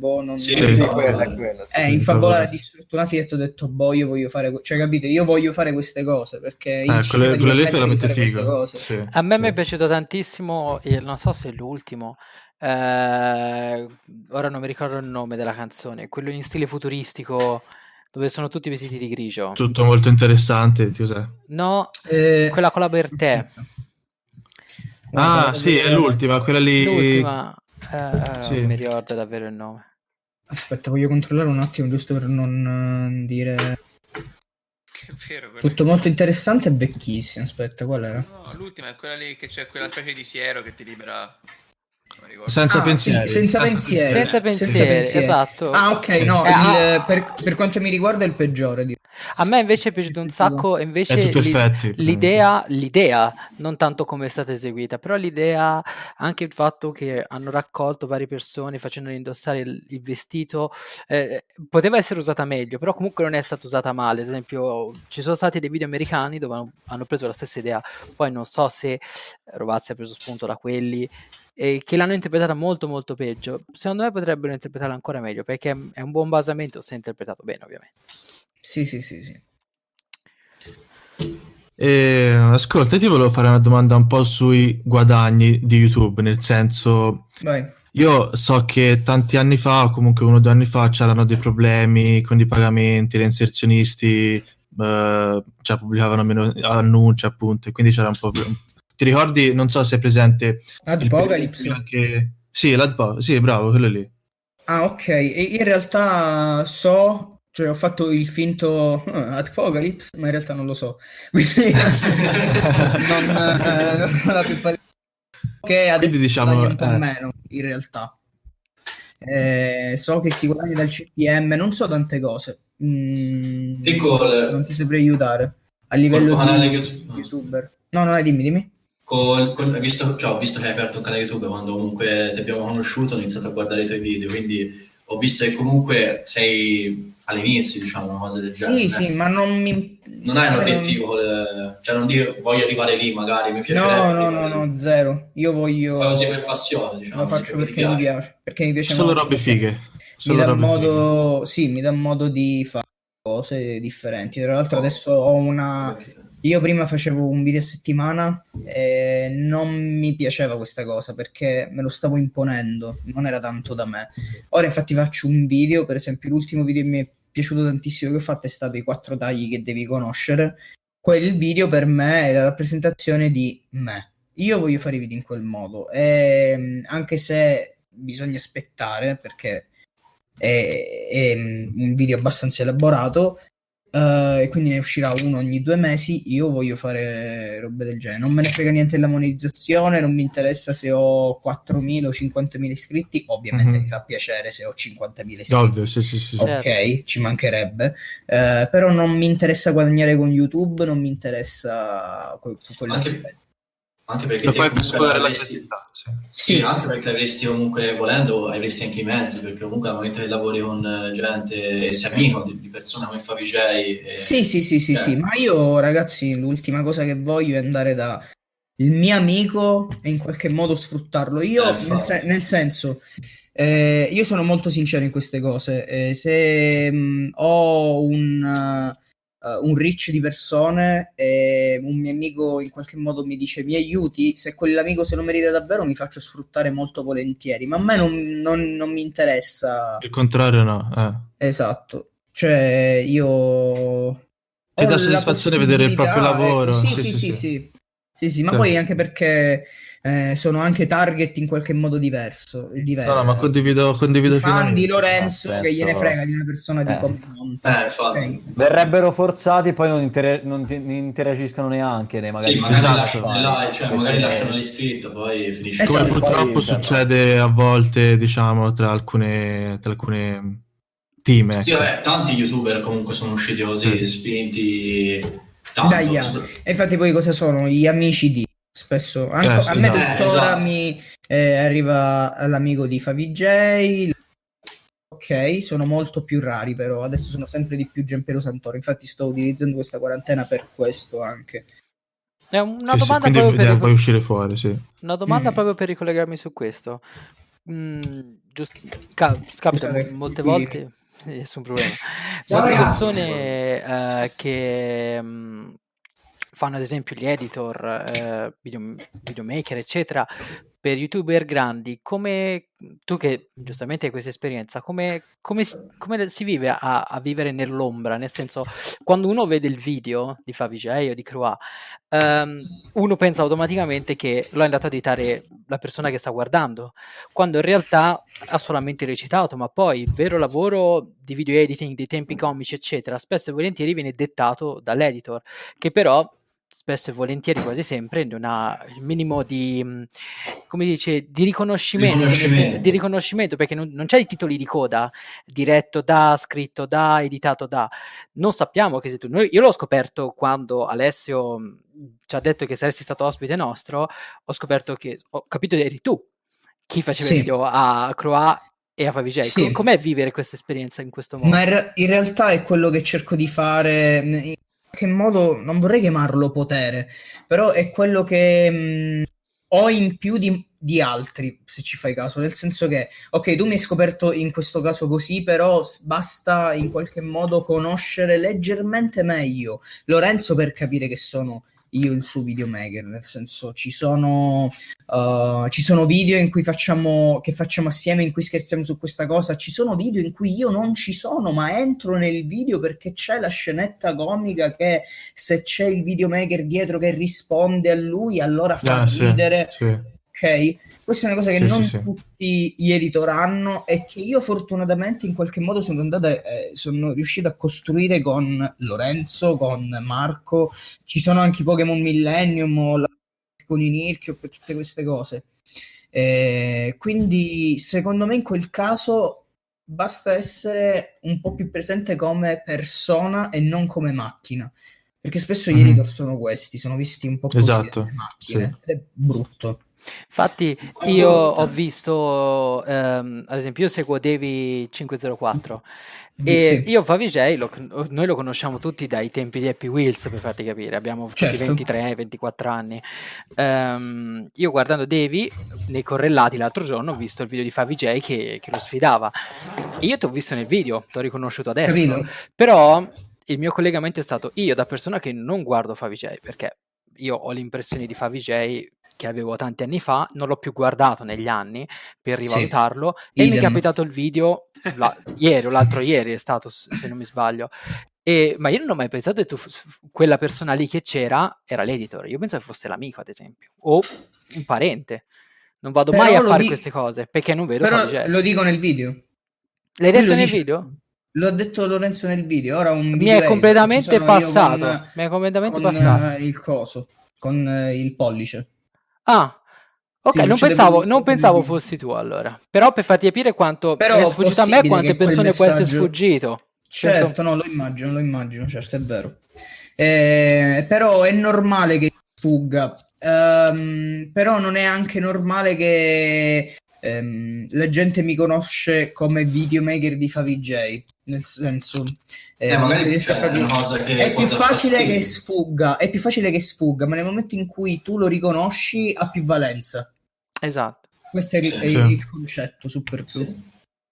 in Favolare ha distrutto una Fiat, ho detto, io voglio fare, cioè, capite, io voglio fare queste cose, perché quella lì è veramente figo. A me mi è piaciuto tantissimo, non so se è l'ultimo, ora non mi ricordo il nome della canzone, quello in stile futuristico, dove sono tutti vestiti di grigio. Tutto molto interessante, No, quella con la Bertè. Sì, è l'ultima, quella lì. L'ultima, non mi ricordo davvero il nome. Aspetta, voglio controllare un attimo, giusto per non dire... Che vero, tutto molto interessante e vecchissimo. Aspetta, qual era? No, l'ultima è quella lì che c'è quella specie di siero che ti libera... Senza pensieri. Senza pensieri, esatto. Ok, no, per quanto mi riguarda è il peggiore. A me invece è piaciuto un sacco invece l'idea, non tanto come è stata eseguita, però l'idea, anche il fatto che hanno raccolto varie persone facendole indossare il vestito, poteva essere usata meglio, però comunque non è stata usata male. Ad esempio, ci sono stati dei video americani dove hanno preso la stessa idea, poi non so se Rovazzi ha preso spunto da quelli, che l'hanno interpretata molto molto peggio. Secondo me potrebbero interpretarla ancora meglio, perché è un buon basamento se è interpretato bene, ovviamente. Sì. Ascolta, ti volevo fare una domanda un po' sui guadagni di YouTube, nel senso... Vai. Io so che tanti anni fa, comunque 1 o 2 anni fa, c'erano dei problemi con i pagamenti, le inserzionisti pubblicavano meno annunci, appunto, e quindi c'era un po'... Ti ricordi, non so se è presente... Adpocalypse? Sì, bravo, quello lì. Ah, ok. E in realtà cioè ho fatto il finto Adpocalypse, ma in realtà non lo so. Quindi non ho più parlato. Che adesso diciamo un po' meno, in realtà. So che si guadagna dal CPM, non so tante cose. Non ti saprei aiutare a livello di YouTuber. No, dimmi. Ho visto che hai aperto un canale YouTube quando comunque ti abbiamo conosciuto, ho iniziato a guardare i tuoi video, quindi ho visto che comunque sei all'inizio, diciamo, una cosa del genere. Sì, ma non hai un obiettivo, cioè non dico voglio arrivare lì, magari mi piacerebbe. No, zero. Io voglio... Fai così per passione, diciamo. Lo faccio perché mi piace solo robe fighe. Mi dà modo di fare cose differenti. Tra l'altro adesso ho una... Io prima facevo un video a settimana e non mi piaceva questa cosa perché me lo stavo imponendo, non era tanto da me. Ora infatti faccio un video, per esempio l'ultimo video che mi è piaciuto tantissimo che ho fatto è stato i 4 tagli che devi conoscere. Quel video per me è la rappresentazione di me. Io voglio fare i video in quel modo, e anche se bisogna aspettare perché è un video abbastanza elaborato, e quindi ne uscirà uno ogni 2 mesi. Io voglio fare robe del genere, non me ne frega niente della monetizzazione, non mi interessa se ho 4.000 o 50.000 iscritti, ovviamente mi fa piacere se ho 50.000 iscritti. Ovvio, sì. Ok, ci mancherebbe, però non mi interessa guadagnare con YouTube, non mi interessa quell'aspetto. Anche perché lo fai per sfodare la città. Sì, anche perché avresti comunque, volendo, avresti anche i mezzi, perché comunque al momento che lavori con gente e sei amico di persone come fa VJ. Sì, ma io, ragazzi, l'ultima cosa che voglio è andare da il mio amico e in qualche modo sfruttarlo. Io, nel senso, io sono molto sincero in queste cose. Se ho un reach di persone e un mio amico in qualche modo mi dice mi aiuti, se quell'amico se lo merita davvero mi faccio sfruttare molto volentieri, ma a me non mi interessa. Il contrario no. Esatto, cioè io ti dà soddisfazione vedere il proprio lavoro. Sì, ma poi anche perché sono anche target in qualche modo diverso. No, ma condivido fan di Lorenzo che gliene frega di una persona di commenta. Infatti. Verrebbero forzati e poi non interagiscono neanche magari. Sì, magari magari lasciano l'iscritto, poi finisce. Come purtroppo succede a volte, diciamo, tra alcune team. Ecco. Sì, vabbè, tanti youtuber comunque sono usciti così, spinti dagli altri. E infatti poi cosa sono? Gli amici di spesso a me tuttora mi arriva l'amico di Favij, ok, sono molto più rari, però adesso sono sempre di più Gianpiero Santoro, infatti sto utilizzando questa quarantena per questo anche. È una domanda proprio per poi uscire fuori, sì. Una domanda proprio per ricollegarmi su questo. Capita molte volte, nessun problema. Molte persone che fanno ad esempio gli editor, videomaker, eccetera, per youtuber grandi, come tu che giustamente hai questa esperienza, come si vive a vivere nell'ombra? Nel senso, quando uno vede il video di Favij o di Croix, uno pensa automaticamente che lo è andato a editare la persona che sta guardando, quando in realtà ha solamente recitato, ma poi il vero lavoro di video editing, dei tempi comici, eccetera, spesso e volentieri viene dettato dall'editor, che però spesso e volentieri, quasi sempre, non ha il minimo di, come dice, di riconoscimento, perché non c'è i titoli di coda, diretto da, scritto da, editato da, non sappiamo che sei tu. Io l'ho scoperto quando Alessio ci ha detto che saresti stato ospite nostro, ho capito che eri tu chi faceva il video a Croix e a Favij. Sì. Com'è vivere questa esperienza in questo modo? Ma in realtà è quello che cerco di fare. In che modo, non vorrei chiamarlo potere, però è quello che ho in più di altri, se ci fai caso, nel senso che, ok, tu mi hai scoperto in questo caso così, però basta in qualche modo conoscere leggermente meglio Lorenzo per capire che sono io il suo videomaker, nel senso ci sono video in cui facciamo assieme, in cui scherziamo su questa cosa, ci sono video in cui io non ci sono ma entro nel video perché c'è la scenetta comica che se c'è il videomaker dietro che risponde a lui allora fa ridere. Ok? Questa è una cosa che tutti gli editor hanno e che io fortunatamente in qualche modo sono riuscito a costruire con Lorenzo, con Marco. Ci sono anche i Pokémon Millennium con i Nirchio per tutte queste cose. Quindi secondo me in quel caso basta essere un po' più presente come persona e non come macchina. Perché spesso gli editor sono questi, sono visti un po' così come macchine, ed è brutto. Infatti io ho visto ad esempio io seguo Devi 504 e io Favij noi lo conosciamo tutti dai tempi di Happy Wheels, per farti capire, abbiamo tutti 23-24 anni. Io guardando Devi nei correlati l'altro giorno ho visto il video di Favij che lo sfidava e io ti ho visto nel video, ti ho riconosciuto adesso. Capito? Però il mio collegamento è stato io da persona che non guardo Favij, perché io ho l'impressione di Favij che avevo tanti anni fa, non l'ho più guardato negli anni per rivalutarlo e mi è capitato il video ieri o l'altro ieri è stato, se non mi sbaglio, ma io non ho mai pensato che quella persona lì che c'era era l'editor, io pensavo che fosse l'amico ad esempio o un parente, non vado mai a fare queste cose perché non vedo Favij. Lo dico nel video. L'hai detto nel video? L'ho detto Lorenzo nel video, ora un mi video è completamente passato il coso, con il pollice. Ah, ok, non pensavo fossi tu allora. Però per farti capire quanto è sfuggito a me, quante persone può essere sfuggito. Certo, no, lo immagino, certo, è vero. Però è normale che sfugga. Però non è anche normale che la gente mi conosce come videomaker di Favij. Nel senso, magari è una cosa che è più facile che sfugga, ma nel momento in cui tu lo riconosci ha più valenza. Esatto. Questo è il concetto super più.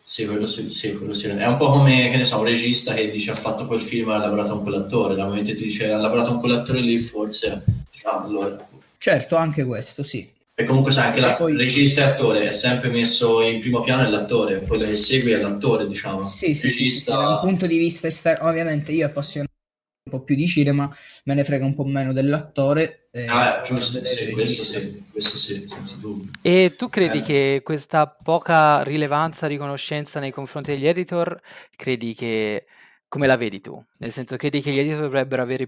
Sì, quello sì. È un po' come, che ne so, un regista che dice ha fatto quel film e ha lavorato con quell'attore, dal momento che ti dice ha lavorato con quell'attore lì, forse diciamo allora. Certo, anche questo, sì. E comunque sai, anche poi... regista e attore è sempre messo in primo piano è l'attore, quello che segue è l'attore, diciamo. Sì, da un punto di vista esterno, ovviamente io appassionato un po' più di cinema, me ne frega un po' meno dell'attore. Giusto, sì, questo sì, senza dubbio. E tu credi che questa poca rilevanza, riconoscenza nei confronti degli editor, credi che, come la vedi tu? Nel senso, credi che gli editor dovrebbero avere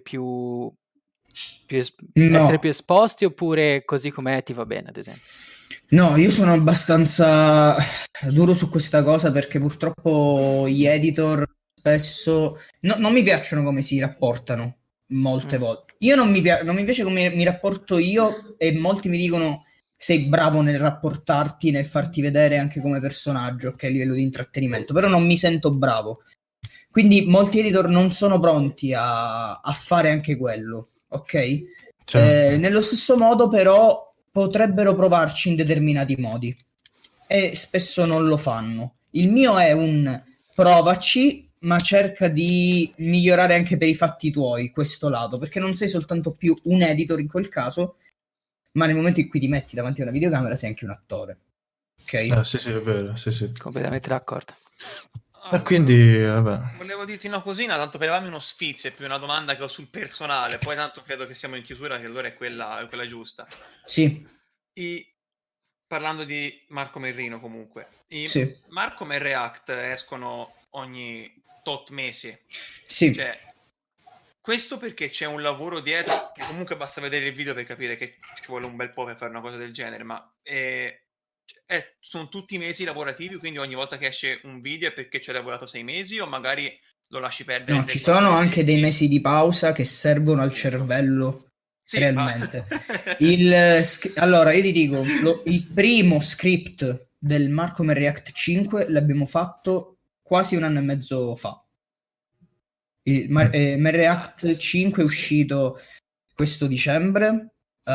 essere più esposti, oppure così com'è ti va bene, ad esempio? No, io sono abbastanza duro su questa cosa, perché purtroppo gli editor spesso non mi piacciono come si rapportano molte volte. Io non mi piace come mi rapporto io, e molti mi dicono sei bravo nel rapportarti, nel farti vedere anche come personaggio, ok, a livello di intrattenimento, però non mi sento bravo. Quindi molti editor non sono pronti a fare anche quello, ok? Certo. Nello stesso modo però potrebbero provarci in determinati modi e spesso non lo fanno. Il mio è un provaci, ma cerca di migliorare anche per i fatti tuoi questo lato, perché non sei soltanto più un editor in quel caso, ma nel momento in cui ti metti davanti a una videocamera sei anche un attore, ok? Sì, è vero, sì. Completamente d'accordo. Quindi, vabbè. Volevo dirti una cosina, tanto per darmi uno sfizio, è più una domanda che ho sul personale, poi tanto credo che siamo in chiusura, che allora è quella giusta. Sì. Parlando di Marco Merrino, comunque, sì. Marco e React escono ogni tot mesi. Sì. Cioè, questo perché c'è un lavoro dietro, che comunque basta vedere il video per capire che ci vuole un bel po' per fare una cosa del genere, ma sono tutti mesi lavorativi, quindi ogni volta che esce un video è perché ci hai lavorato 6 mesi, o magari lo lasci perdere? No, ci sono anche dei mesi di pausa che servono al cervello, sì, realmente. Allora, io ti dico, il primo script del Marco React 5 l'abbiamo fatto quasi un anno e mezzo fa. Il React 5 è uscito questo dicembre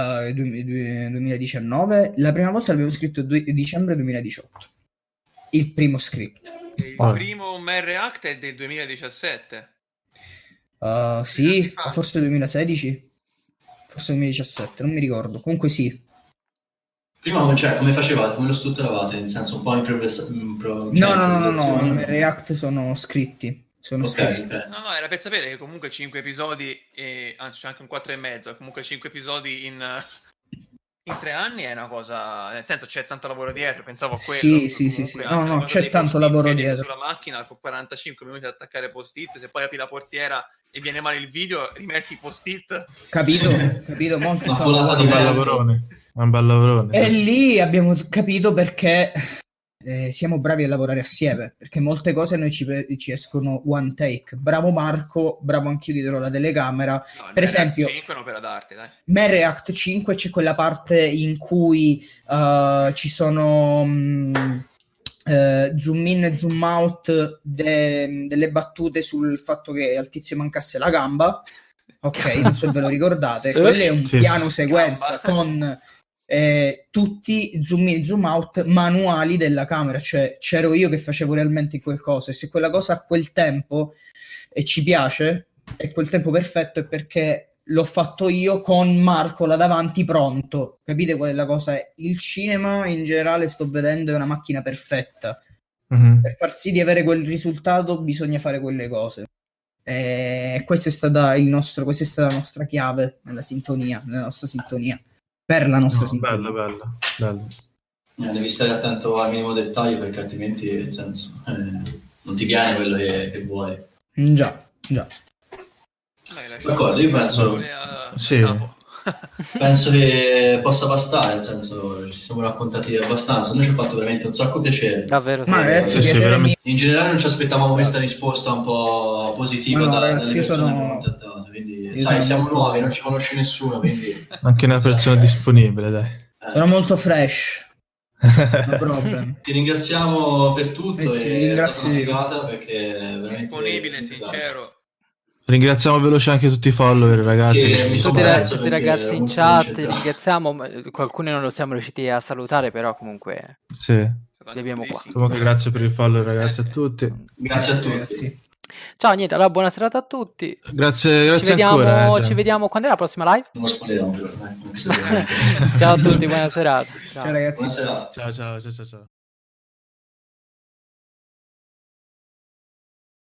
2019. La prima volta l'abbiamo scritto dicembre 2018. Il primo script. Il primo React è del 2017. Sì, forse 2016. Forse 2017, non mi ricordo. Comunque sì. Prima, cioè, come facevate? Come lo strutturavate? In senso un po' No, i React sono scritti. Okay. No, era per sapere che comunque 5 episodi, anzi c'è anche un 4,5, comunque 5 episodi in 3 anni è una cosa, nel senso c'è tanto lavoro dietro, pensavo a quello. Sì. No, c'è tanto lavoro dietro. Sulla macchina con 45 minuti ad attaccare post-it, se poi apri la portiera e viene male il video, rimetti i post-it. Capito, molto un bel lavorone. E lì abbiamo capito perché siamo bravi a lavorare assieme, perché molte cose noi ci escono one take. Bravo Marco, bravo anch'io dietro la telecamera. Per esempio, React 5 c'è quella parte in cui ci sono zoom in e zoom out delle battute sul fatto che al tizio mancasse la gamba, ok? Non so se ve lo ricordate. Quello è un piano sequenza con tutti zoom in zoom out manuali della camera, cioè c'ero io che facevo realmente quel coso, e se quella cosa ha quel tempo e ci piace, è quel tempo perfetto, è perché l'ho fatto io con Marco là davanti pronto. Capite qual è la cosa? Il cinema in generale, sto vedendo, è una macchina perfetta. Per far sì di avere quel risultato bisogna fare quelle cose, e questa è stata la nostra chiave nella nostra sintonia. Per la nostra sintonia. Bello. Devi stare attento al minimo dettaglio, perché altrimenti, nel senso, non ti viene quello che vuoi. Già. D'accordo, io penso penso che possa bastare, nel senso ci siamo raccontati abbastanza. Noi ci ha fatto veramente un sacco piacere. Davvero. Ma ragazzi, piacere in generale non ci aspettavamo questa risposta un po' positiva dalle persone che sono contattate, quindi siamo nuovi, non ci conosce nessuno, quindi anche una persona disponibile, dai. Sono molto fresh. Ti ringraziamo per tutto, è stata una figata, perché è veramente disponibile, sincero. Ringraziamo veloce anche tutti i follower, ragazzi. Tutti i ragazzi in chat, ringraziamo. Qualcuno non lo siamo riusciti a salutare, però comunque sì. li abbiamo qua. Comunque grazie per il follow, ragazzi, a tutti. Grazie a tutti. Ragazzi. Ciao, niente, allora buona serata a tutti. Grazie Ci vediamo, ancora. ci vediamo quando è la prossima live? Non lo spoileriamo più ormai. Ciao a tutti, buona serata. Ciao ragazzi. Buona serata. Ciao.